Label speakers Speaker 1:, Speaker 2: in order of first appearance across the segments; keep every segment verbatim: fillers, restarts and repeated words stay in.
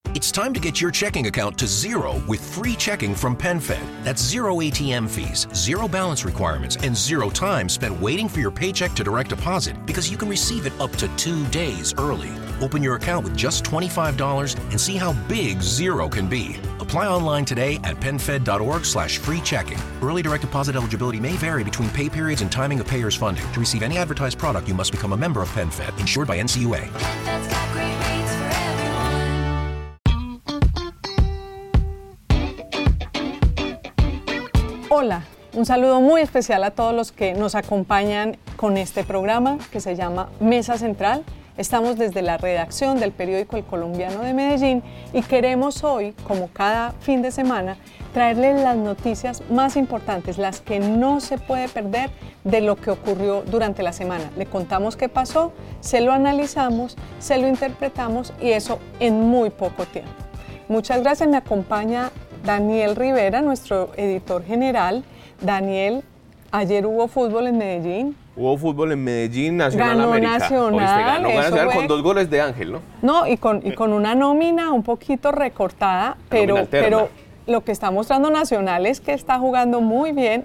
Speaker 1: It's time to get your checking account to zero with free checking from PenFed. That's zero A T M fees, zero balance requirements, and zero time spent waiting for your paycheck to direct deposit because you can receive it up to two days early. Open your account with just twenty-five dollars and see how big zero can be. Apply online today at PenFed.org slash free checking. Early direct deposit eligibility may vary between pay periods and timing of payers' funding. To receive any advertised product, you must become a member of PenFed, insured by N C U A.
Speaker 2: Hola, un saludo muy especial a todos los que nos acompañan con este programa que se llama Mesa Central. Estamos desde la redacción del periódico El Colombiano de Medellín y queremos hoy, como cada fin de semana, traerles las noticias más importantes, las que no se puede perder de lo que ocurrió durante la semana. Le contamos qué pasó, se lo analizamos, se lo interpretamos y eso en muy poco tiempo. Muchas gracias, me acompaña Daniel Rivera, nuestro editor general. Daniel, ayer hubo fútbol en Medellín.
Speaker 3: Hubo fútbol en Medellín, Nacional
Speaker 2: ganó
Speaker 3: América.
Speaker 2: Nacional,
Speaker 3: Oíste, ganó Nacional
Speaker 2: fue...
Speaker 3: con dos goles de Ángel, ¿no?
Speaker 2: No, y con, y con una nómina un poquito recortada, pero, pero lo que está mostrando Nacional es que está jugando muy bien.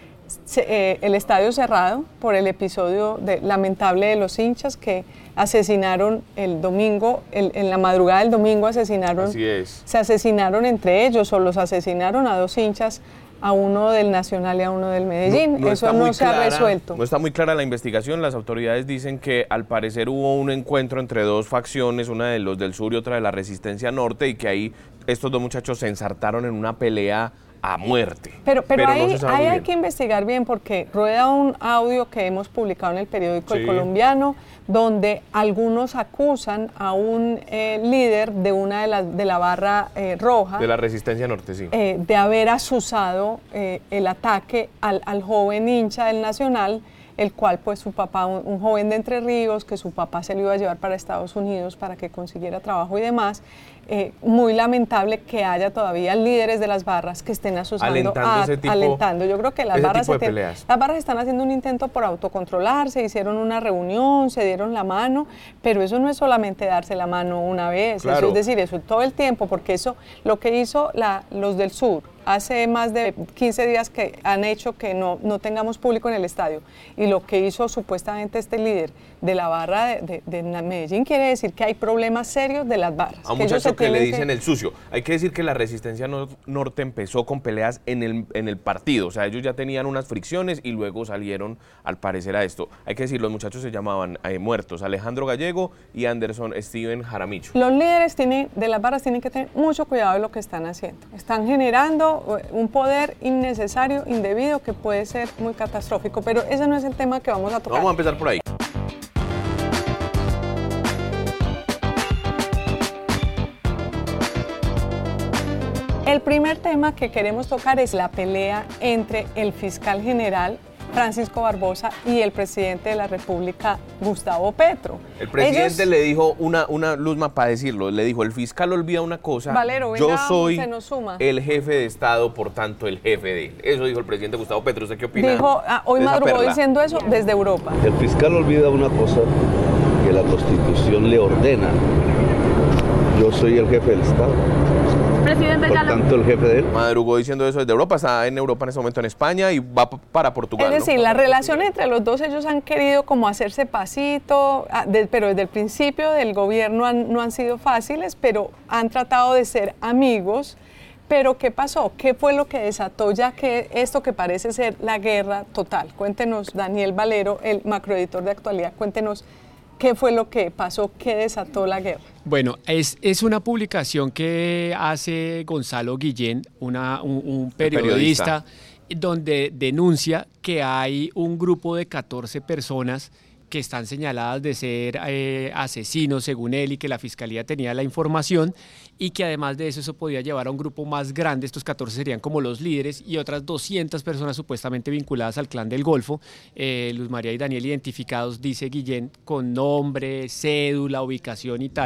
Speaker 2: Se, eh, el estadio cerrado por el episodio de, lamentable de los hinchas que asesinaron el domingo, el, en la madrugada del domingo asesinaron,
Speaker 3: Así es.
Speaker 2: se asesinaron entre ellos o los asesinaron a dos hinchas, a uno del Nacional y a uno del Medellín.
Speaker 3: No, no
Speaker 2: Eso no se
Speaker 3: clara,
Speaker 2: ha resuelto.
Speaker 3: No está muy clara la investigación. Las autoridades dicen que al parecer hubo un encuentro entre dos facciones, una de los del sur y otra de la Resistencia Norte, y que ahí estos dos muchachos se ensartaron en una pelea a muerte.
Speaker 2: Pero, pero, pero ahí,
Speaker 3: no
Speaker 2: ahí hay que investigar bien porque rueda un audio que hemos publicado en el periódico sí. El Colombiano, donde algunos acusan a un eh, líder de una de las de la barra eh, roja.
Speaker 3: De la Resistencia Norte, sí.
Speaker 2: Eh, de haber asusado eh, el ataque al, al joven hincha del Nacional, el cual pues su papá, un, un joven de Entre Ríos, que su papá se lo iba a llevar para Estados Unidos para que consiguiera trabajo y demás. Eh, muy lamentable que haya todavía líderes de las barras que estén asusando,
Speaker 3: alentando,
Speaker 2: a,
Speaker 3: ese tipo,
Speaker 2: alentando. Yo creo que las barras, se tienen, las barras están haciendo un intento por autocontrolarse, hicieron una reunión, se dieron la mano, pero eso no es solamente darse la mano una vez,
Speaker 3: claro.
Speaker 2: Eso es decir, eso todo el tiempo, porque eso, lo que hizo la, los del sur, hace más de quince días que han hecho que no, no tengamos público en el estadio, y lo que hizo supuestamente este líder de la barra de, de, de Medellín quiere decir que hay problemas serios de las barras.
Speaker 3: A un muchacho que le dicen que... el sucio. Hay que decir que la Resistencia Norte empezó con peleas en el, en el partido, o sea, ellos ya tenían unas fricciones y luego salieron al parecer a esto. Hay que decir, los muchachos se llamaban eh, muertos, Alejandro Gallego y Anderson Steven Jaramillo.
Speaker 2: Los líderes tienen, de las barras tienen que tener mucho cuidado de lo que están haciendo. Están generando un poder innecesario, indebido, que puede ser muy catastrófico, pero ese no es el tema que vamos a tocar.
Speaker 3: Vamos a empezar por ahí.
Speaker 2: El primer tema que queremos tocar es la pelea entre el fiscal general Francisco Barbosa y el presidente de la República, Gustavo Petro.
Speaker 3: El presidente
Speaker 2: Ellos,
Speaker 3: le dijo una, una luzma para decirlo, le dijo, el fiscal olvida una cosa,
Speaker 2: Valero,
Speaker 3: yo
Speaker 2: venga,
Speaker 3: soy
Speaker 2: se nos suma.
Speaker 3: el jefe de Estado, por tanto el jefe de él. Eso dijo el presidente Gustavo Petro. ¿Usted qué opina?
Speaker 2: Dijo, ah, hoy madrugó diciendo eso desde Europa.
Speaker 4: El fiscal olvida una cosa que la Constitución le ordena. Yo soy el jefe del Estado.
Speaker 2: Presidente,
Speaker 4: por tanto el jefe de él.
Speaker 3: Madrugó diciendo eso desde Europa, está en Europa en este momento en España y va para Portugal.
Speaker 2: Es decir,
Speaker 3: ¿no?
Speaker 2: la relación entre los dos, ellos han querido como hacerse pasito, pero desde el principio del gobierno han, no han sido fáciles, pero han tratado de ser amigos. Pero ¿qué pasó? ¿Qué fue lo que desató ya que esto que parece ser la guerra total? Cuéntenos, Daniel Valero, el macroeditor de Actualidad, cuéntenos qué fue lo que pasó, qué desató la guerra.
Speaker 5: Bueno, es, es una publicación que hace Gonzalo Guillén, una, un, un periodista, periodista, donde denuncia que hay un grupo de catorce personas que están señaladas de ser eh, asesinos, según él, y que la Fiscalía tenía la información, y que además de eso, eso podía llevar a un grupo más grande, estos catorce serían como los líderes, y otras doscientas personas supuestamente vinculadas al Clan del Golfo, eh, Luz María y Daniel identificados, dice Guillén, con nombre, cédula, ubicación y tal,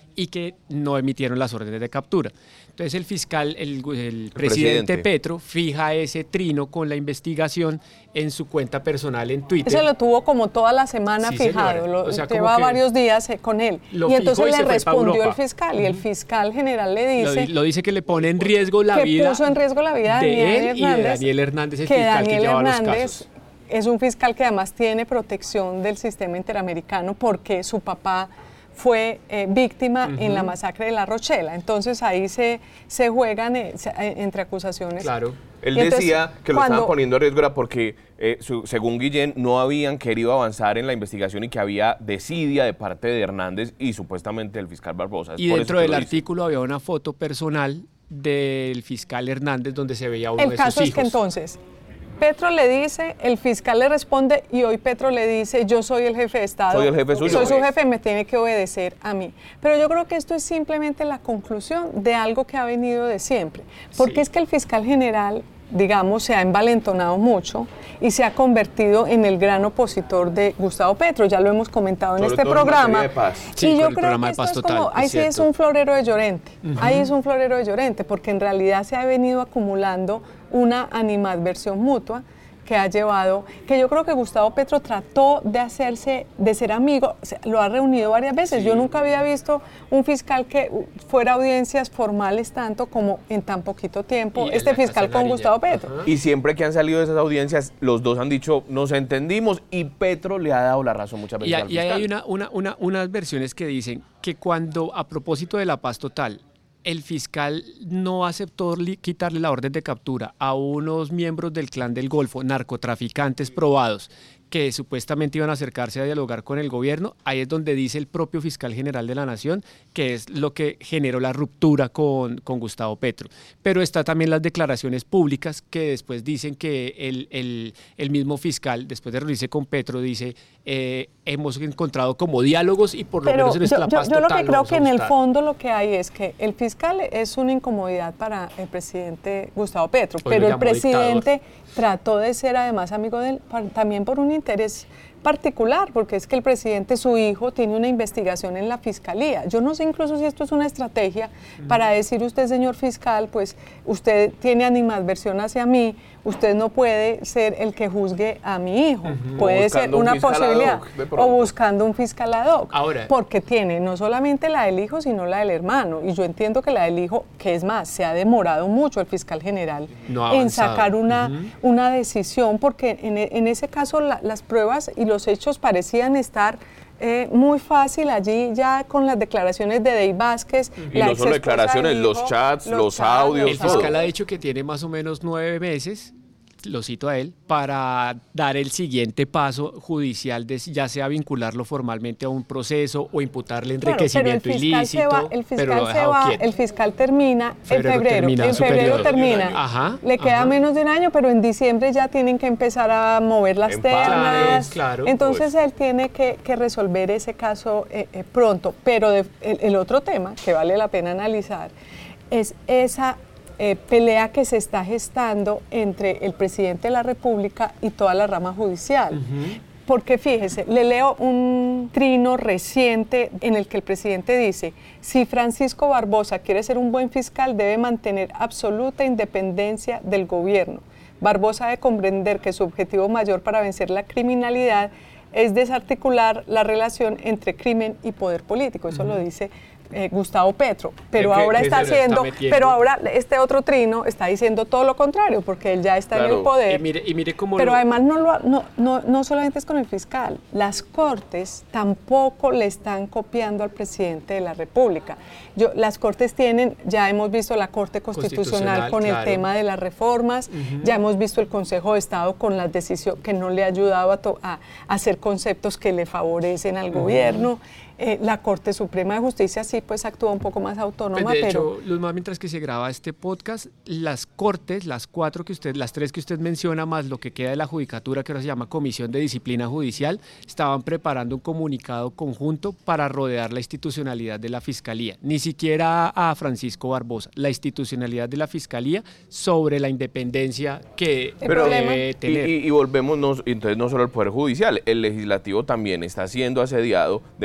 Speaker 5: y que no emitieron las órdenes de captura. Entonces el fiscal, el, el, el presidente, presidente Petro fija ese trino con la investigación en su cuenta personal en Twitter.
Speaker 2: Ese lo tuvo como toda la semana sí, fijado, lo, o sea, lleva varios días con él. Y entonces y le respondió el fiscal y el fiscal general le dice...
Speaker 5: Lo, lo dice que le pone en riesgo la
Speaker 2: que
Speaker 5: vida...
Speaker 2: Que puso en riesgo la vida de,
Speaker 5: de
Speaker 2: Daniel
Speaker 5: él
Speaker 2: Hernández,
Speaker 5: y de Daniel Hernández, el
Speaker 2: que
Speaker 5: fiscal
Speaker 2: Daniel
Speaker 5: que lleva
Speaker 2: Hernández
Speaker 5: los casos.
Speaker 2: Es un fiscal que además tiene protección del sistema interamericano porque su papá fue eh, víctima uh-huh. en la masacre de La Rochela. Entonces ahí se, se juegan eh, se, eh, entre acusaciones.
Speaker 3: Claro. Él entonces, decía que lo cuando, estaban poniendo en riesgo era porque, eh, su, según Guillén, no habían querido avanzar en la investigación y que había desidia de parte de Hernández y supuestamente del fiscal Barbosa.
Speaker 5: Es y dentro del artículo había una foto personal del fiscal Hernández donde se veía uno
Speaker 2: el
Speaker 5: de sus hijos.
Speaker 2: El caso es que entonces... Petro le dice, el fiscal le responde y hoy Petro le dice, yo soy el jefe de Estado,
Speaker 3: soy el jefe suyo,
Speaker 2: soy su jefe, me tiene que obedecer a mí. Pero yo creo que esto es simplemente la conclusión de algo que ha venido de siempre, porque sí. es que el fiscal general, digamos, se ha envalentonado mucho y se ha convertido en el gran opositor de Gustavo Petro, ya lo hemos comentado en
Speaker 3: Sobre
Speaker 2: este
Speaker 3: todo
Speaker 2: programa.
Speaker 3: En de paz.
Speaker 2: Y
Speaker 5: sí,
Speaker 2: yo
Speaker 5: el
Speaker 2: creo que esto es total, como, ahí es sí es un florero de Llorente, uh-huh. ahí es un florero de Llorente, porque en realidad se ha venido acumulando una animadversión mutua que ha llevado, que yo creo que Gustavo Petro trató de hacerse, de ser amigo, lo ha reunido varias veces. Sí. Yo nunca había visto un fiscal que fuera a audiencias formales tanto como en tan poquito tiempo, y este fiscal con Gustavo Petro.
Speaker 3: Uh-huh. Y siempre que han salido de esas audiencias, los dos han dicho, nos entendimos, y Petro le ha dado la razón muchas veces
Speaker 5: y,
Speaker 3: al fiscal.
Speaker 5: Y hay una, una, una, unas versiones que dicen que cuando, a propósito de la paz total, el fiscal no aceptó li- quitarle la orden de captura a unos miembros del Clan del Golfo, narcotraficantes probados, que supuestamente iban a acercarse a dialogar con el gobierno. Ahí es donde dice el propio fiscal general de la Nación que es lo que generó la ruptura con, con Gustavo Petro. Pero está también las declaraciones públicas que después dicen que el, el, el mismo fiscal, después de reunirse con Petro, dice eh, hemos encontrado como diálogos y por lo
Speaker 2: Pero
Speaker 5: menos en esta
Speaker 2: yo,
Speaker 5: la paz
Speaker 2: yo, yo
Speaker 5: total.
Speaker 2: Yo lo que creo que en el fondo lo que hay es que el fiscal es una incomodidad para el presidente Gustavo Petro,
Speaker 5: Hoy
Speaker 2: pero el presidente
Speaker 5: dictador.
Speaker 2: Trató de ser además amigo de él también por un interés particular, porque es que el presidente, su hijo, tiene una investigación en la fiscalía. Yo no sé incluso si esto es una estrategia uh-huh. para decir usted, señor fiscal, pues usted tiene animadversión hacia mí, usted no puede ser el que juzgue a mi hijo, uh-huh. puede ser una un posibilidad, o buscando un fiscal ad hoc,
Speaker 5: Ahora,
Speaker 2: porque tiene no solamente la del hijo, sino la del hermano, y yo entiendo que la del hijo, que es más, se ha demorado mucho el fiscal general
Speaker 5: no
Speaker 2: en sacar una,
Speaker 5: uh-huh.
Speaker 2: una decisión, porque en, en ese caso la, las pruebas y los hechos parecían estar eh, muy fácil allí ya con las declaraciones de Dey Vázquez.
Speaker 3: Y no solo declaraciones, hijo, los chats, los, los chats, audios.
Speaker 5: El
Speaker 3: todo.
Speaker 5: fiscal ha dicho que tiene más o menos nueve meses, lo cito a él, para dar el siguiente paso judicial, de ya sea vincularlo formalmente a un proceso o imputarle enriquecimiento
Speaker 2: claro,
Speaker 5: ilícito.
Speaker 2: Va, el fiscal pero se va, quieto. El fiscal termina febrero en febrero. Termina en febrero termina.
Speaker 5: Ajá,
Speaker 2: Le queda
Speaker 5: ajá.
Speaker 2: menos de un año, pero en diciembre ya tienen que empezar a mover las
Speaker 3: en
Speaker 2: ternas.
Speaker 5: Claro,
Speaker 2: Entonces
Speaker 3: pues.
Speaker 2: él tiene que, que resolver ese caso eh, eh, pronto. Pero de, el, el otro tema que vale la pena analizar es esa Eh, pelea que se está gestando entre el presidente de la República y toda la rama judicial. Uh-huh. Porque fíjese, le leo un trino reciente en el que el presidente dice, si Francisco Barbosa quiere ser un buen fiscal, debe mantener absoluta independencia del gobierno. Barbosa debe comprender que su objetivo mayor para vencer la criminalidad es desarticular la relación entre crimen y poder político. Eso uh-huh. lo dice Eh, Gustavo Petro, pero
Speaker 3: ¿Qué,
Speaker 2: ahora
Speaker 3: qué
Speaker 2: está haciendo,
Speaker 5: está
Speaker 2: pero ahora este otro trino está diciendo todo lo contrario, porque él ya está
Speaker 3: claro.
Speaker 2: en el poder.
Speaker 5: Y mire, y mire cómo
Speaker 2: pero
Speaker 5: lo...
Speaker 2: además no, lo, no, no, no solamente es con el fiscal, las cortes tampoco le están copiando al presidente de la República. Yo, las cortes tienen, ya hemos visto la Corte Constitucional, Constitucional con claro. el tema de las reformas, uh-huh. ya hemos visto el Consejo de Estado con las decisiones que no le ha ayudado a, to, a, a hacer conceptos que le favorecen al uh-huh. gobierno. Eh, la Corte Suprema de Justicia sí pues actúa un poco más autónoma,
Speaker 5: pues de
Speaker 2: pero...
Speaker 5: hecho, Luzma, mientras que se graba este podcast, las cortes, las cuatro que usted, las tres que usted menciona, más lo que queda de la judicatura, que ahora se llama Comisión de Disciplina Judicial, estaban preparando un comunicado conjunto para rodear la institucionalidad de la Fiscalía, ni siquiera a Francisco Barbosa, la institucionalidad de la Fiscalía sobre la independencia que
Speaker 3: pero,
Speaker 5: debe tener.
Speaker 3: Y, y, y volvemos, no, entonces no solo al Poder Judicial, el Legislativo también está siendo asediado de una u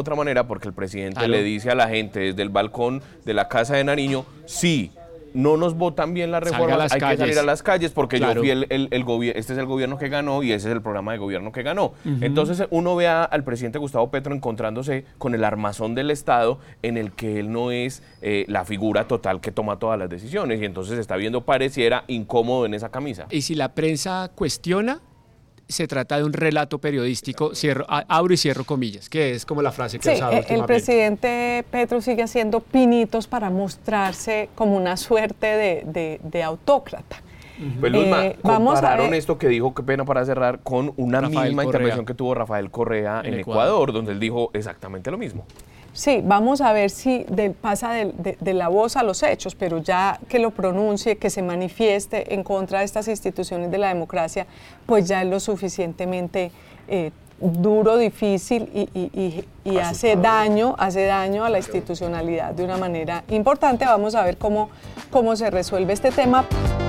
Speaker 3: otra manera, porque el presidente
Speaker 5: ¿Aló?
Speaker 3: le dice a la gente desde el balcón de la Casa de Nariño, sí, no nos votan bien las reformas, hay calles. que salir a las calles porque claro. yo fui el, el, el gobierno, este es el gobierno que ganó y ese es el programa de gobierno que ganó. Uh-huh. Entonces uno ve a, al presidente Gustavo Petro encontrándose con el armazón del Estado en el que él no es eh, la figura total que toma todas las decisiones y entonces está viendo pareciera incómodo en esa camisa.
Speaker 5: Y si la prensa cuestiona, se trata de un relato periodístico, cierro, abro y cierro comillas, que es como la frase que
Speaker 2: sí,
Speaker 5: usaba últimamente.
Speaker 2: El presidente Petro sigue haciendo pinitos para mostrarse como una suerte de, de, de autócrata.
Speaker 3: Pues Luzma, eh, compararon esto que dijo, qué pena para cerrar, con una Rafael misma Correa. intervención que tuvo Rafael Correa en, en Ecuador, Ecuador, donde él dijo exactamente lo mismo.
Speaker 2: Sí, vamos a ver si de, pasa de, de, de la voz a los hechos, pero ya que lo pronuncie, que se manifieste en contra de estas instituciones de la democracia, pues ya es lo suficientemente eh, duro, difícil y, y, y, y hace daño, hace daño a la institucionalidad de una manera importante. Vamos a ver cómo, cómo se resuelve este tema.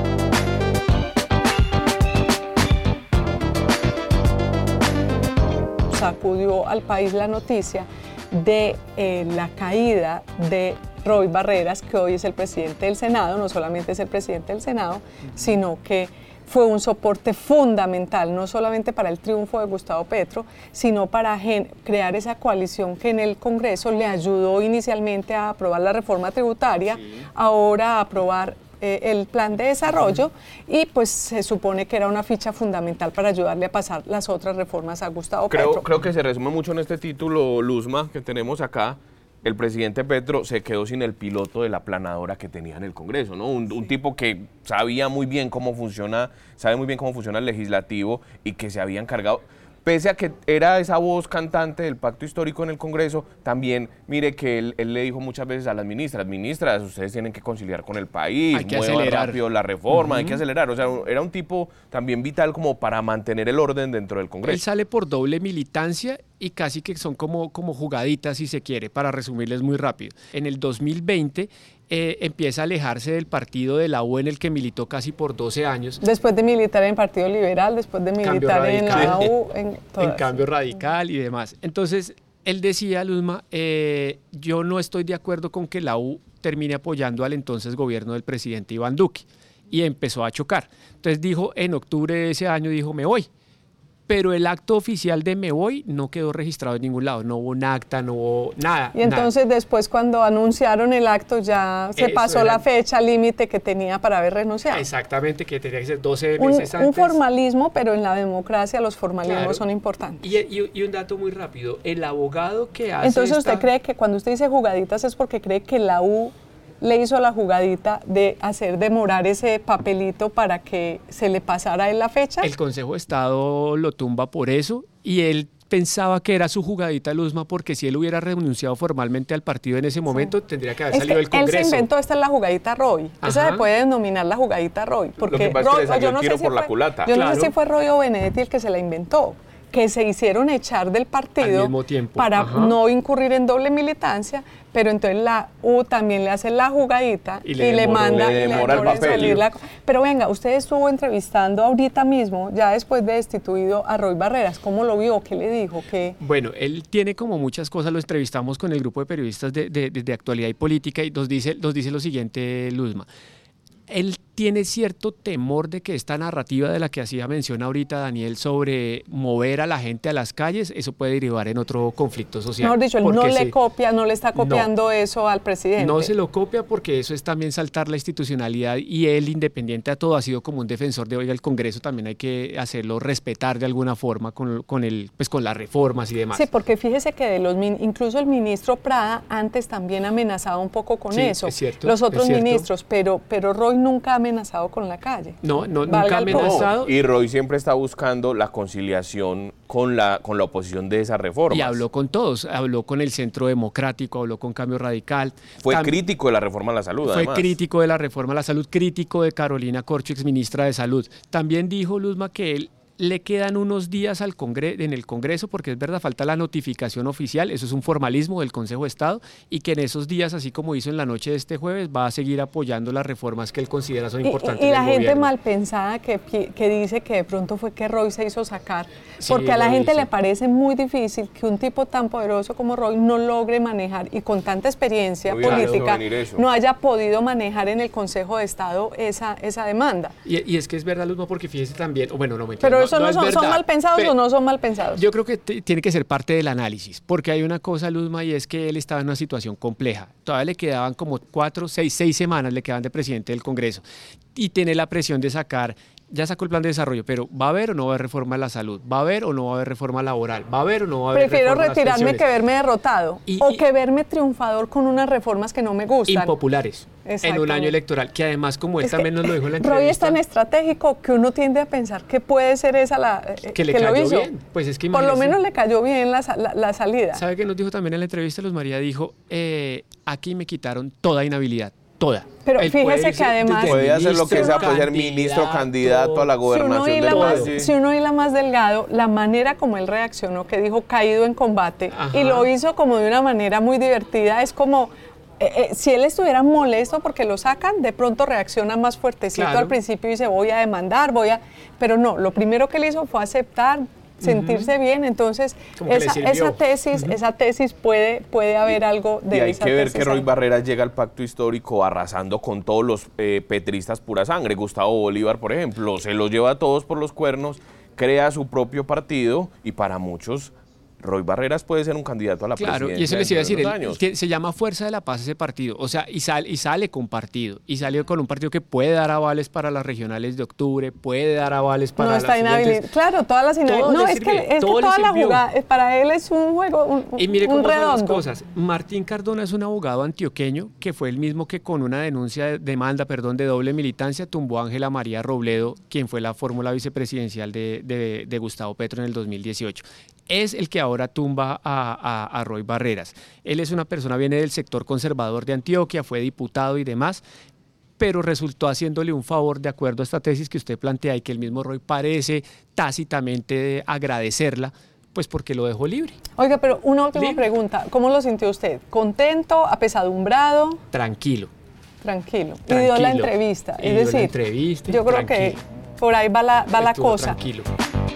Speaker 2: Sacudió al país la noticia de eh, la caída de Roy Barreras, que hoy es el presidente del Senado, no solamente es el presidente del Senado, sino que fue un soporte fundamental, no solamente para el triunfo de Gustavo Petro, sino para crear esa coalición que en el Congreso le ayudó inicialmente a aprobar la reforma tributaria, sí. ahora a aprobar el plan de desarrollo y pues se supone que era una ficha fundamental para ayudarle a pasar las otras reformas a Gustavo
Speaker 3: creo,
Speaker 2: Petro.
Speaker 3: Creo que se resume mucho en este título, Luzma, que tenemos acá. El presidente Petro se quedó sin el piloto de la planadora que tenía en el Congreso, ¿no? Un, un tipo que sabía muy bien cómo funciona, sabe muy bien cómo funciona el legislativo y que se había encargado. Pese a que era esa voz cantante del pacto histórico en el Congreso, también, mire que él, él le dijo muchas veces a las ministras, ministras, ustedes tienen que conciliar con el país,
Speaker 5: hay que
Speaker 3: muevan
Speaker 5: acelerar.
Speaker 3: rápido la reforma,
Speaker 5: uh-huh.
Speaker 3: hay que acelerar. O sea, era un tipo también vital como para mantener el orden dentro del Congreso.
Speaker 5: Él sale por doble militancia y casi que son como, como jugaditas, si se quiere, para resumirles muy rápido. En el dos mil veinte eh, empieza a alejarse del partido de la U en el que militó casi por doce años.
Speaker 2: Después de militar en el Partido Liberal, después de militar en la U. En,
Speaker 5: en Cambio Radical y demás. Entonces, él decía, Luzma, eh, yo no estoy de acuerdo con que la U termine apoyando al entonces gobierno del presidente Iván Duque. Y empezó a chocar. Entonces dijo, en octubre de ese año, dijo, me voy. Pero el acto oficial de me voy no quedó registrado en ningún lado, no hubo un acta, no hubo nada.
Speaker 2: Y entonces
Speaker 5: nada.
Speaker 2: Después cuando anunciaron el acto ya se Eso pasó era... la fecha límite que tenía para haber renunciado.
Speaker 5: Exactamente, que tenía que ser doce
Speaker 2: un,
Speaker 5: meses antes.
Speaker 2: Un formalismo, pero en la democracia los formalismos
Speaker 5: claro.
Speaker 2: son importantes.
Speaker 5: Y, y, y un dato muy rápido, el abogado que hace
Speaker 2: Entonces
Speaker 5: esta...
Speaker 2: usted cree que cuando usted dice jugaditas es porque cree que la U le hizo la jugadita de hacer demorar ese papelito para que se le pasara en la fecha.
Speaker 5: El Consejo de Estado lo tumba por eso y él pensaba que era su jugadita, Luzma, porque si él hubiera renunciado formalmente al partido en ese momento, sí. tendría que haber
Speaker 2: es
Speaker 5: salido
Speaker 2: que
Speaker 5: del Congreso.
Speaker 2: Él se inventó, esta es la jugadita Roy. Ajá. Esa se puede denominar la jugadita Roy. Porque
Speaker 3: Lo que pasa
Speaker 2: Roy,
Speaker 3: es que le salió
Speaker 2: yo
Speaker 3: el
Speaker 2: no
Speaker 3: tiro
Speaker 2: sé si
Speaker 3: por
Speaker 2: fue,
Speaker 3: la culata.
Speaker 2: Yo
Speaker 5: claro.
Speaker 2: no sé si fue Roy o Benedetti el que se la inventó, que se hicieron echar del partido
Speaker 5: al mismo tiempo.
Speaker 2: para
Speaker 5: Ajá.
Speaker 2: no incurrir en doble militancia, pero entonces la U también le hace la jugadita y le, y le manda
Speaker 3: le demora,
Speaker 2: y le
Speaker 3: el papel.
Speaker 2: La, pero venga, usted estuvo entrevistando ahorita mismo, ya después de destituido a Roy Barreras, ¿cómo lo vio? ¿Qué le dijo? ¿Qué?
Speaker 5: Bueno, él tiene como muchas cosas, lo entrevistamos con el grupo de periodistas de, de, de, de actualidad y política y nos dice, nos dice lo siguiente, Luzma. Él tiene cierto temor de que esta narrativa de la que hacía mención ahorita Daniel sobre mover a la gente a las calles, eso puede derivar en otro conflicto social.
Speaker 2: Mejor dicho, él no le copia, no le está copiando no, eso al presidente.
Speaker 5: No se lo copia porque eso es también saltar la institucionalidad y él, independiente a todo, ha sido como un defensor de, oiga, el Congreso también hay que hacerlo respetar de alguna forma con, con, el, pues, con las reformas y demás.
Speaker 2: Sí, porque fíjese que de los incluso el ministro Prada antes también amenazaba un poco con
Speaker 5: sí,
Speaker 2: eso.
Speaker 5: Es cierto,
Speaker 2: los otros
Speaker 5: es cierto.
Speaker 2: ministros, pero, pero Roy nunca ha amenazado con la calle.
Speaker 5: No, no nunca ha amenazado.
Speaker 3: No, y Roy siempre está buscando la conciliación con la, con la oposición de esas reformas.
Speaker 5: Y habló con todos, habló con el Centro Democrático, habló con Cambio Radical.
Speaker 3: Fue Tam crítico de la reforma a la salud,
Speaker 5: Fue
Speaker 3: además.
Speaker 5: crítico de la reforma a la salud, crítico de Carolina Corcho, exministra de Salud. También dijo Luzma que él le quedan unos días al congre en el Congreso, porque es verdad, falta la notificación oficial, eso es un formalismo del Consejo de Estado, y que en esos días, así como hizo en la noche de este jueves, va a seguir apoyando las reformas que él considera son importantes.
Speaker 2: Y, y, y la gente
Speaker 5: gobierno.
Speaker 2: mal pensada que, que dice que de pronto fue que Roy se hizo sacar,
Speaker 5: Sí,
Speaker 2: porque a la
Speaker 5: lo
Speaker 2: gente
Speaker 5: dice.
Speaker 2: le parece muy difícil que un tipo tan poderoso como Roy no logre manejar, y con tanta experiencia
Speaker 3: Hubiera
Speaker 2: política,
Speaker 3: visto venir eso.
Speaker 2: no haya podido manejar en el Consejo de Estado esa, esa demanda.
Speaker 5: Y, y es que es verdad, Luzma, porque fíjese también, o bueno, no mentira,
Speaker 2: Pero
Speaker 5: no,
Speaker 2: eso no,
Speaker 5: es
Speaker 2: son,
Speaker 5: verdad,
Speaker 2: ¿son mal pensados
Speaker 5: pero
Speaker 2: o no son mal pensados?
Speaker 5: Yo creo que tiene que ser parte del análisis, porque hay una cosa, Luzma, y es que él estaba en una situación compleja. Todavía le quedaban como cuatro, seis, seis semanas le quedaban de presidente del Congreso, y tiene la presión de sacar, ya sacó el plan de desarrollo, pero ¿va a haber o no va a haber reforma a la salud? ¿Va a haber o no va a haber reforma laboral? ¿Va a haber o no va a haber
Speaker 2: Prefiero
Speaker 5: reforma a las
Speaker 2: retirarme
Speaker 5: pensiones?
Speaker 2: que verme derrotado,
Speaker 5: Y-
Speaker 2: o
Speaker 5: y-
Speaker 2: que verme triunfador con unas reformas que no me gustan.
Speaker 5: Impopulares en un
Speaker 2: Exactamente.
Speaker 5: año electoral, que además, como él
Speaker 2: Es que
Speaker 5: también nos lo dijo en la
Speaker 2: Roy es
Speaker 5: entrevista,
Speaker 2: tan estratégico que uno tiende a pensar que puede ser esa la eh,
Speaker 5: que le
Speaker 2: lo
Speaker 5: cayó
Speaker 2: hizo.
Speaker 5: bien. Pues es que
Speaker 2: Por lo
Speaker 5: imagínese.
Speaker 2: menos le cayó bien la, sa- la- la salida.
Speaker 5: ¿Sabe qué nos dijo también en la entrevista? Luz María dijo, eh, aquí me quitaron toda inhabilidad, toda.
Speaker 2: Pero
Speaker 5: Él
Speaker 2: fíjese
Speaker 5: puede
Speaker 2: que
Speaker 5: irse
Speaker 2: además-
Speaker 5: desde
Speaker 3: Puede hacer lo que
Speaker 5: ministro,
Speaker 3: sea, apoyar ministro, candidato a la
Speaker 2: Si uno,
Speaker 3: gobernación
Speaker 2: hila
Speaker 3: del
Speaker 2: más,
Speaker 3: país.
Speaker 2: si uno hila más delgado, la manera como él reaccionó, que dijo caído en combate,
Speaker 5: Ajá.
Speaker 2: y lo hizo como de una manera muy divertida, es como, eh, eh, si él estuviera molesto porque lo sacan, de pronto reacciona más fuertecito
Speaker 5: Claro.
Speaker 2: al principio y dice voy a demandar, voy a... Pero no, lo primero que él hizo fue aceptar, sentirse bien, entonces
Speaker 5: Como que le
Speaker 2: esa,
Speaker 5: sirvió.
Speaker 2: esa tesis, esa tesis puede, puede haber algo de
Speaker 3: Y hay
Speaker 2: esa
Speaker 3: que ver
Speaker 2: tesis
Speaker 3: que Roy
Speaker 2: ahí.
Speaker 3: Barreras llega al pacto histórico arrasando con todos los eh, petristas pura sangre. Gustavo Bolívar, por ejemplo, se los lleva a todos por los cuernos, crea su propio partido y para muchos Roy Barreras puede ser un candidato a la
Speaker 5: Claro,
Speaker 3: presidencia.
Speaker 5: y eso les iba a decir,
Speaker 3: dentro de
Speaker 5: él-
Speaker 3: unos
Speaker 5: él
Speaker 3: años.
Speaker 5: tie- se llama Fuerza de la Paz ese partido, o sea, y, sal- y sale con partido, y sale con un partido que puede dar avales para las regionales de octubre, puede dar avales para
Speaker 2: No
Speaker 5: las
Speaker 2: está
Speaker 5: siguientes.
Speaker 2: inhabilitado. Claro, todas las
Speaker 5: Todo
Speaker 2: inhabilidades. No,
Speaker 5: le
Speaker 2: es que,
Speaker 5: sirve,
Speaker 2: es que
Speaker 5: todo le
Speaker 2: toda la
Speaker 5: sirvió.
Speaker 2: jugada, eh, para él es un juego, un,
Speaker 5: Y mire
Speaker 2: un
Speaker 5: cómo son las
Speaker 2: redondo.
Speaker 5: cosas. Martín Cardona es un abogado antioqueño que fue el mismo que con una denuncia, de- demanda, perdón, de doble militancia tumbó a Ángela María Robledo, quien fue la fórmula vicepresidencial de, de- de Gustavo Petro en el dos mil dieciocho. Es el que ahora tumba a, a- a Roy Barreras. Él es una persona, viene del sector conservador de Antioquia, fue diputado y demás, pero resultó haciéndole un favor de acuerdo a esta tesis que usted plantea y que el mismo Roy parece tácitamente agradecerla, pues porque lo dejó libre.
Speaker 2: Oiga, pero una última
Speaker 5: Libre.
Speaker 2: pregunta. ¿Cómo lo sintió usted? ¿Contento, apesadumbrado,
Speaker 5: Tranquilo.
Speaker 2: tranquilo? Y
Speaker 5: Tranquilo.
Speaker 2: dio la entrevista.
Speaker 5: Y
Speaker 2: es
Speaker 5: dio la
Speaker 2: decir,
Speaker 5: entrevista,
Speaker 2: yo creo que
Speaker 5: tranquilo.
Speaker 2: por ahí va la, va la
Speaker 5: Estuvo
Speaker 2: cosa.
Speaker 5: Tranquilo.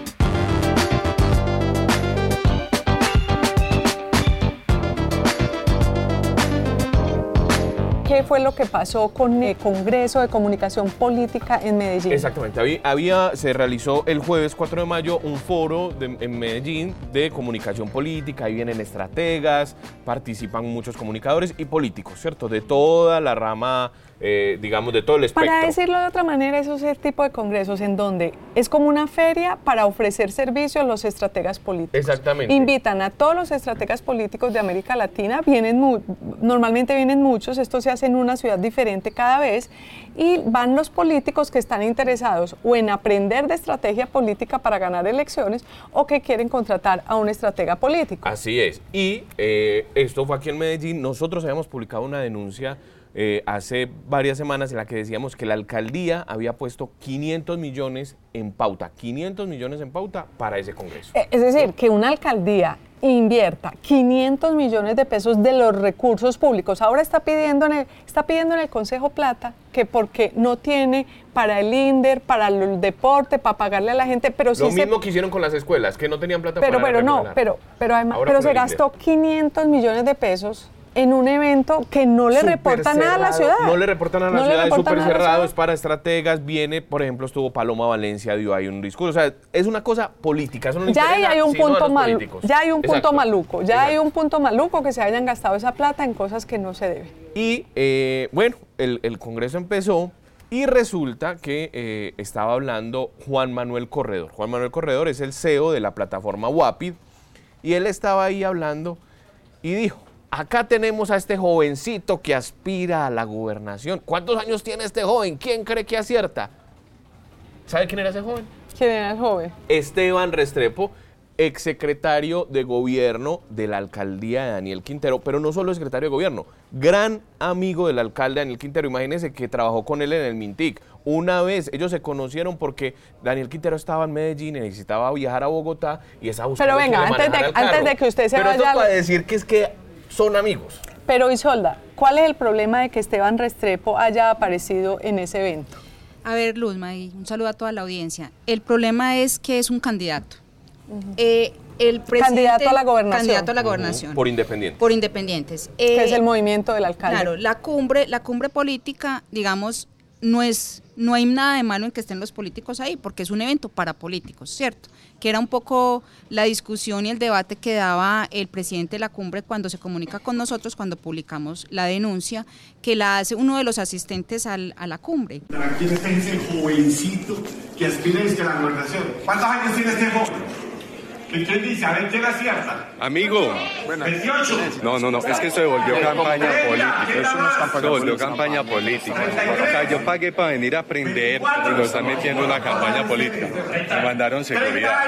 Speaker 2: ¿Qué fue lo que pasó con el Congreso de Comunicación Política en Medellín?
Speaker 3: Exactamente, había, había- se realizó el jueves cuatro de mayo un foro de- en Medellín de comunicación política, ahí vienen estrategas, participan muchos comunicadores y políticos, ¿cierto? De toda la rama, eh, digamos, de todo el espectro.
Speaker 2: Para decirlo de otra manera, eso es el tipo de congresos en donde es como una feria para ofrecer servicio a los estrategas políticos.
Speaker 3: Exactamente.
Speaker 2: Invitan a todos los estrategas políticos de América Latina, vienen mu- normalmente vienen muchos, esto se hace en una ciudad diferente cada vez, y van los políticos que están interesados o en aprender de estrategia política para ganar elecciones o que quieren contratar a un estratega político.
Speaker 3: Así es. Y eh, esto fue aquí en Medellín. Nosotros habíamos publicado una denuncia eh, hace varias semanas en la que decíamos que la alcaldía había puesto quinientos millones en pauta, quinientos millones en pauta para ese congreso.
Speaker 2: Eh, Es decir, que una alcaldía invierta quinientos millones de pesos de los recursos públicos. Ahora está pidiendo en el, está pidiendo en el Consejo plata que porque no tiene para el INDER, para el deporte, para pagarle a la gente, pero sí
Speaker 3: Lo
Speaker 2: se-
Speaker 3: mismo que hicieron con las escuelas, que no tenían plata
Speaker 2: pero,
Speaker 3: para
Speaker 2: pero no,
Speaker 3: remodelar.
Speaker 2: pero, pero además,
Speaker 3: Ahora
Speaker 2: pero
Speaker 3: con
Speaker 2: se
Speaker 3: el INDER.
Speaker 2: gastó quinientos millones de pesos en un evento que no le
Speaker 3: Súper
Speaker 2: reporta nada a la
Speaker 3: cerrado,
Speaker 2: ciudad.
Speaker 3: No le reportan a la
Speaker 2: No le
Speaker 3: ciudad, es
Speaker 2: reporta
Speaker 3: súper
Speaker 2: nada a la
Speaker 3: cerrado,
Speaker 2: ciudad.
Speaker 3: es para estrategas, viene, por ejemplo, estuvo Paloma Valencia, dio ahí un discurso, o sea, es una cosa política, eso no le
Speaker 2: Ya ahí
Speaker 3: interesa
Speaker 2: hay un
Speaker 3: sino a
Speaker 2: punto
Speaker 3: los
Speaker 2: malu-
Speaker 3: políticos.
Speaker 2: ya hay un punto
Speaker 3: Exacto,
Speaker 2: maluco, ya hay
Speaker 3: exacto.
Speaker 2: un punto maluco que se hayan gastado esa plata en cosas que no se deben.
Speaker 3: Y eh, bueno, el, el Congreso empezó y resulta que eh, estaba hablando Juan Manuel Corredor. Juan Manuel Corredor es el C E O de la plataforma Wapid y él estaba ahí hablando y dijo: acá tenemos a este jovencito que aspira a la gobernación. ¿Cuántos años tiene este joven? ¿Quién cree que acierta? ¿Sabe quién era ese joven?
Speaker 2: ¿Quién era el joven?
Speaker 3: Esteban Restrepo, exsecretario de gobierno de la alcaldía de Daniel Quintero, pero no solo secretario de gobierno, gran amigo del alcalde Daniel Quintero. Imagínense que trabajó con él en el Mintic. Una vez ellos se conocieron porque Daniel Quintero estaba en Medellín y necesitaba viajar a Bogotá y estaba buscando.
Speaker 2: Pero venga, antes de, antes de que usted se
Speaker 3: pero
Speaker 2: vaya.
Speaker 3: Pero para decir que es que son amigos.
Speaker 2: Pero Isolda, ¿cuál es el problema de que Esteban Restrepo haya aparecido en ese evento?
Speaker 6: A ver, Luzma, y un saludo a toda la audiencia. El problema es que es un candidato. Uh-huh. eh, el
Speaker 2: candidato a la gobernación.
Speaker 6: Candidato a la gobernación.
Speaker 3: Uh-huh. Por independientes.
Speaker 6: Por independientes.
Speaker 2: Eh, que es el movimiento del alcalde.
Speaker 6: Claro, la cumbre, la cumbre política, digamos, no es, no hay nada de malo en que estén los políticos ahí, porque es un evento para políticos, ¿cierto? Que era un poco la discusión y el debate que daba el presidente de la cumbre cuando se comunica con nosotros, cuando publicamos la denuncia, que la hace uno de los asistentes al, a la cumbre.
Speaker 7: Aquí está ese jovencito que aspira a la gobernación. ¿Cuántos años tiene este joven? ¿Y quién dice? A ver, ¿quién acierta?
Speaker 8: Amigo.
Speaker 7: veintiocho.
Speaker 8: No, no, no, es que se volvió campaña política. Eso se volvió campaña política. O sea, yo pagué para venir a aprender y nos están metiendo en una campaña política. Me mandaron seguridad.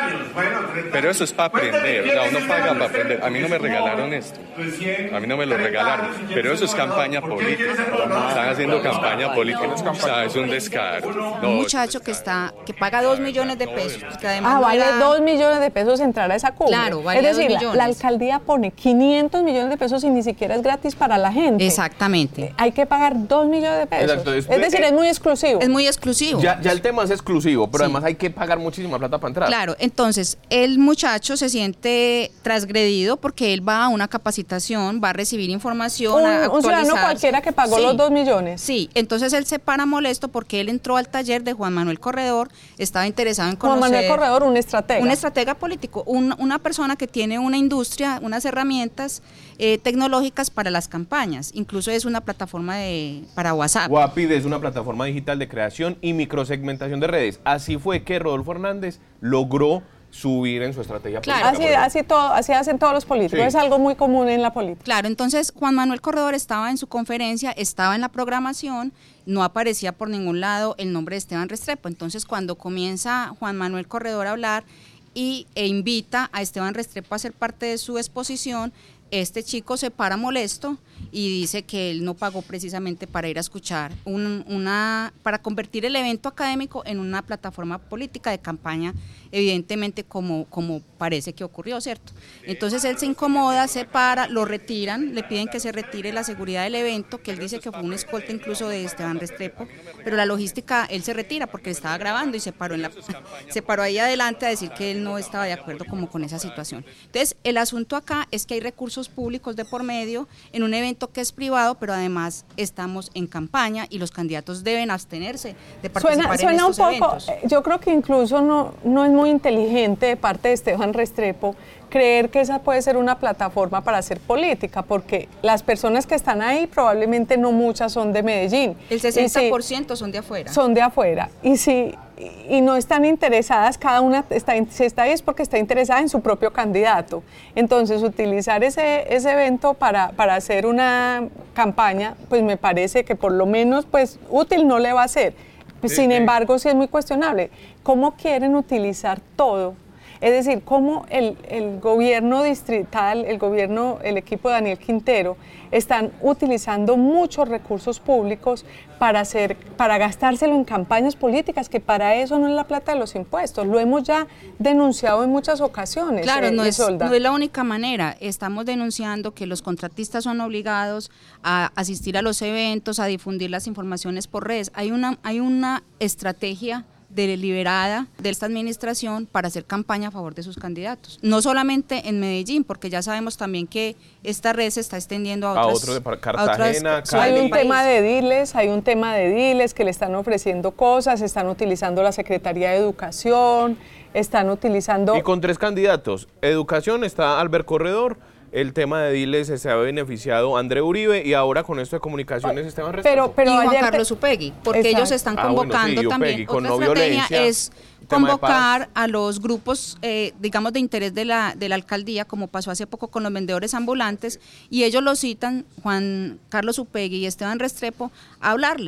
Speaker 8: Pero eso es para aprender, o sea, uno paga para aprender. A mí no me regalaron esto. A mí no me lo regalaron. Pero eso es campaña política. Están haciendo campaña política. O sea, es un descaro. No.
Speaker 6: Un muchacho que está, que paga dos millones de pesos. Que además
Speaker 2: ah,
Speaker 6: no
Speaker 2: vale
Speaker 6: era...
Speaker 2: dos millones de pesos entrar a esa cumbre.
Speaker 6: Claro, vale.
Speaker 2: Es decir, la, la alcaldía pone quinientos millones de pesos y ni siquiera es gratis para la gente.
Speaker 6: Exactamente.
Speaker 2: Hay que pagar dos millones de pesos.
Speaker 3: Exacto. Es,
Speaker 2: es decir,
Speaker 3: eh,
Speaker 2: es muy exclusivo.
Speaker 6: Es muy exclusivo.
Speaker 3: Ya, ya el tema es exclusivo, pero
Speaker 6: sí.
Speaker 3: además hay que pagar muchísima plata para entrar.
Speaker 6: Claro, entonces el muchacho se siente transgredido porque él va a una capacitación, va a recibir información,
Speaker 2: un,
Speaker 6: a actualizarse.
Speaker 2: Un ciudadano cualquiera que pagó
Speaker 6: sí,
Speaker 2: los dos millones.
Speaker 6: Sí, entonces él se para molesto porque él entró al taller de Juan Manuel Corredor, estaba interesado en conocer...
Speaker 2: Juan Manuel Corredor, un estratega.
Speaker 6: Un estratega político, un, una persona que tiene una industria, unas herramientas eh, tecnológicas para las campañas, incluso es una plataforma de, para WhatsApp.
Speaker 3: Wapid es una plataforma digital de creación y microsegmentación de redes. Así fue que Rodolfo Hernández logró subir en su estrategia
Speaker 6: claro.
Speaker 3: política.
Speaker 2: Así, así, todo, así hacen todos los políticos, sí. Es algo muy común en la política.
Speaker 6: Claro, entonces Juan Manuel Corredor estaba en su conferencia, estaba en la programación, no aparecía por ningún lado el nombre de Esteban Restrepo. Entonces cuando comienza Juan Manuel Corredor a hablar y, e invita a Esteban Restrepo a ser parte de su exposición, este chico se para molesto y dice que él no pagó precisamente para ir a escuchar, un, una para convertir el evento académico en una plataforma política de campaña, evidentemente como, como parece que ocurrió, ¿cierto? Entonces él se incomoda, se para, lo retiran, le piden que se retire la seguridad del evento, que él dice que fue una escolta incluso de Esteban Restrepo, pero la logística, él se retira porque estaba grabando y se paró, en la, se paró ahí adelante a decir que él no estaba de acuerdo como con esa situación. Entonces el asunto acá es que hay recursos públicos de por medio en un evento que es privado, pero además estamos en campaña y los candidatos deben abstenerse de participar
Speaker 2: suena, suena
Speaker 6: en estos
Speaker 2: un poco,
Speaker 6: eventos.
Speaker 2: Yo creo que incluso no, no es muy inteligente de parte de Esteban Restrepo creer que esa puede ser una plataforma para hacer política, porque las personas que están ahí probablemente no muchas son de Medellín.
Speaker 6: El sesenta por ciento si, son de afuera.
Speaker 2: Son de afuera. Y si y no están interesadas, cada una está, si está ahí es porque está interesada en su propio candidato. Entonces, utilizar ese, ese evento para, para hacer una campaña, pues me parece que por lo menos pues útil no le va a ser. Sin embargo, sí es muy cuestionable. ¿Cómo quieren utilizar todo? Es decir, cómo el, el gobierno distrital, el gobierno, el equipo de Daniel Quintero, están utilizando muchos recursos públicos para hacer, para gastárselo en campañas políticas, que para eso no es la plata de los impuestos. Lo hemos ya denunciado en muchas ocasiones.
Speaker 6: Claro,
Speaker 2: eh,
Speaker 6: no, es, no es la única manera. Estamos denunciando que los contratistas son obligados a asistir a los eventos, a difundir las informaciones por redes. Hay una, hay una estrategia deliberada de esta administración para hacer campaña a favor de sus candidatos. No solamente en Medellín, porque ya sabemos también que esta red se está extendiendo a otras...
Speaker 3: A otro de Cartagena,
Speaker 2: a otras, Cali. Hay un tema de diles, hay un tema de diles que le están ofreciendo cosas, están utilizando la Secretaría de Educación, están utilizando...
Speaker 3: Y con tres candidatos. Educación está Albert Corredor, el tema de diles se ha beneficiado André Uribe y ahora con esto de comunicaciones Esteban Restrepo.
Speaker 6: Pero, pero y Juan Carlos te... Upegui, porque Exacto. ellos están convocando ah, bueno, sí, también. Upegui,
Speaker 3: con
Speaker 6: Otra
Speaker 3: no
Speaker 6: estrategia
Speaker 3: violencia,
Speaker 6: es convocar a los grupos, eh, digamos, de interés de la, de la alcaldía, como pasó hace poco con los vendedores ambulantes, y ellos los citan, Juan Carlos Upegui y Esteban Restrepo, a hablarles.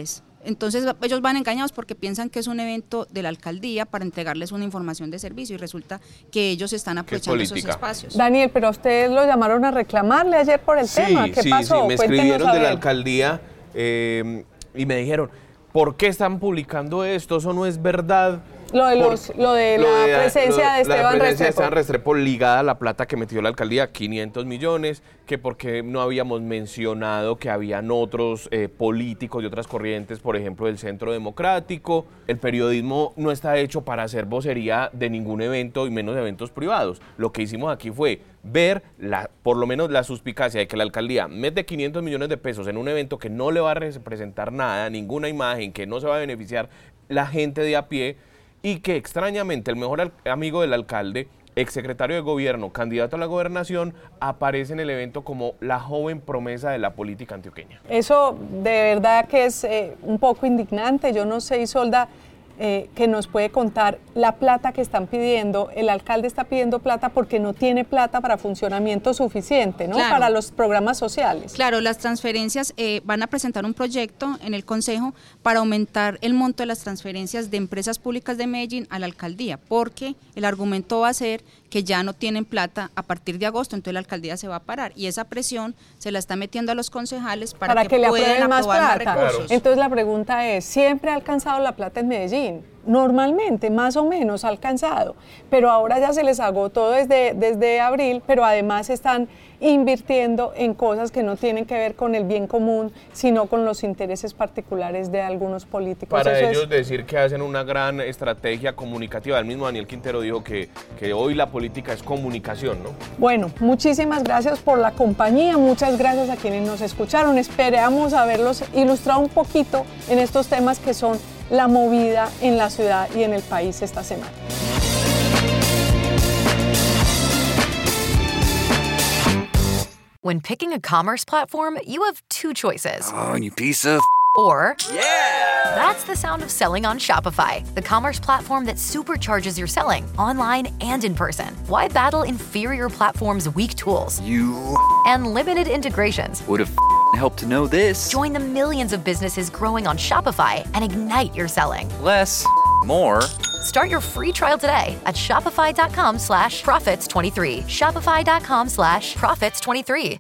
Speaker 6: Entonces ellos van engañados porque piensan que es un evento de la alcaldía para entregarles una información de servicio y resulta que ellos están aprovechando esos espacios.
Speaker 2: Daniel, pero a ustedes lo llamaron a reclamarle ayer por el
Speaker 3: sí,
Speaker 2: tema. ¿Qué
Speaker 3: sí,
Speaker 2: pasó?
Speaker 3: Sí, me escribieron de la alcaldía eh, y me dijeron, ¿por qué están publicando esto? Eso no es verdad.
Speaker 2: Lo de, los, Por, lo de
Speaker 3: lo
Speaker 2: la
Speaker 3: de,
Speaker 2: presencia
Speaker 3: lo,
Speaker 2: de Esteban
Speaker 3: la presencia
Speaker 2: Restrepo.
Speaker 3: de Esteban Restrepo ligada a la plata que metió la alcaldía, quinientos millones, que porque no habíamos mencionado que habían otros eh, políticos de otras corrientes, por ejemplo, del Centro Democrático. El periodismo no está hecho para hacer vocería de ningún evento y menos de eventos privados. Lo que hicimos aquí fue ver la, por lo menos la suspicacia de que la alcaldía mete quinientos millones de pesos en un evento que no le va a representar nada, ninguna imagen, que no se va a beneficiar la gente de a pie, y que extrañamente el mejor amigo del alcalde, exsecretario de gobierno, candidato a la gobernación, aparece en el evento como la joven promesa de la política antioqueña.
Speaker 2: Eso de verdad que es eh, un poco indignante. Yo no sé, Isolda, eh, que nos puede contar la plata que están pidiendo. El alcalde está pidiendo plata porque no tiene plata para funcionamiento suficiente, ¿no?
Speaker 6: Claro.
Speaker 2: Para los programas sociales.
Speaker 6: Claro, las transferencias, eh, van a presentar un proyecto en el Consejo para aumentar el monto de las transferencias de empresas públicas de Medellín a la alcaldía, porque el argumento va a ser que ya no tienen plata a partir de agosto, entonces la alcaldía se va a parar y esa presión se la está metiendo a los concejales para,
Speaker 2: para que, que le
Speaker 6: puedan
Speaker 2: más
Speaker 6: aprobar
Speaker 2: plata.
Speaker 6: más recursos.
Speaker 2: Entonces la pregunta es, ¿siempre ha alcanzado la plata en Medellín? Normalmente, más o menos ha alcanzado, pero ahora ya se les agotó desde, desde abril, pero además están invirtiendo en cosas que no tienen que ver con el bien común, sino con los intereses particulares de algunos políticos.
Speaker 3: Para
Speaker 2: Eso
Speaker 3: ellos
Speaker 2: es...
Speaker 3: decir que hacen una gran estrategia comunicativa. El mismo Daniel Quintero dijo que, que hoy la política es comunicación, ¿no?
Speaker 2: Bueno, muchísimas gracias por la compañía, muchas gracias a quienes nos escucharon. Esperamos haberlos ilustrado un poquito en estos temas que son la movida en la ciudad y en el país esta semana.
Speaker 9: When picking a commerce platform, you have two choices.
Speaker 10: Oh, you piece of...
Speaker 9: Or...
Speaker 10: Yeah!
Speaker 9: That's the sound of selling on Shopify, the commerce platform that supercharges your selling, online and in person. Why battle inferior platforms' weak tools?
Speaker 10: You...
Speaker 9: And limited integrations.
Speaker 10: Would have helped to know this.
Speaker 9: Join the millions of businesses growing on Shopify and ignite your selling.
Speaker 10: Less, more...
Speaker 9: Start your free trial today at shopify.com slash profits23. Shopify.com slash profits23.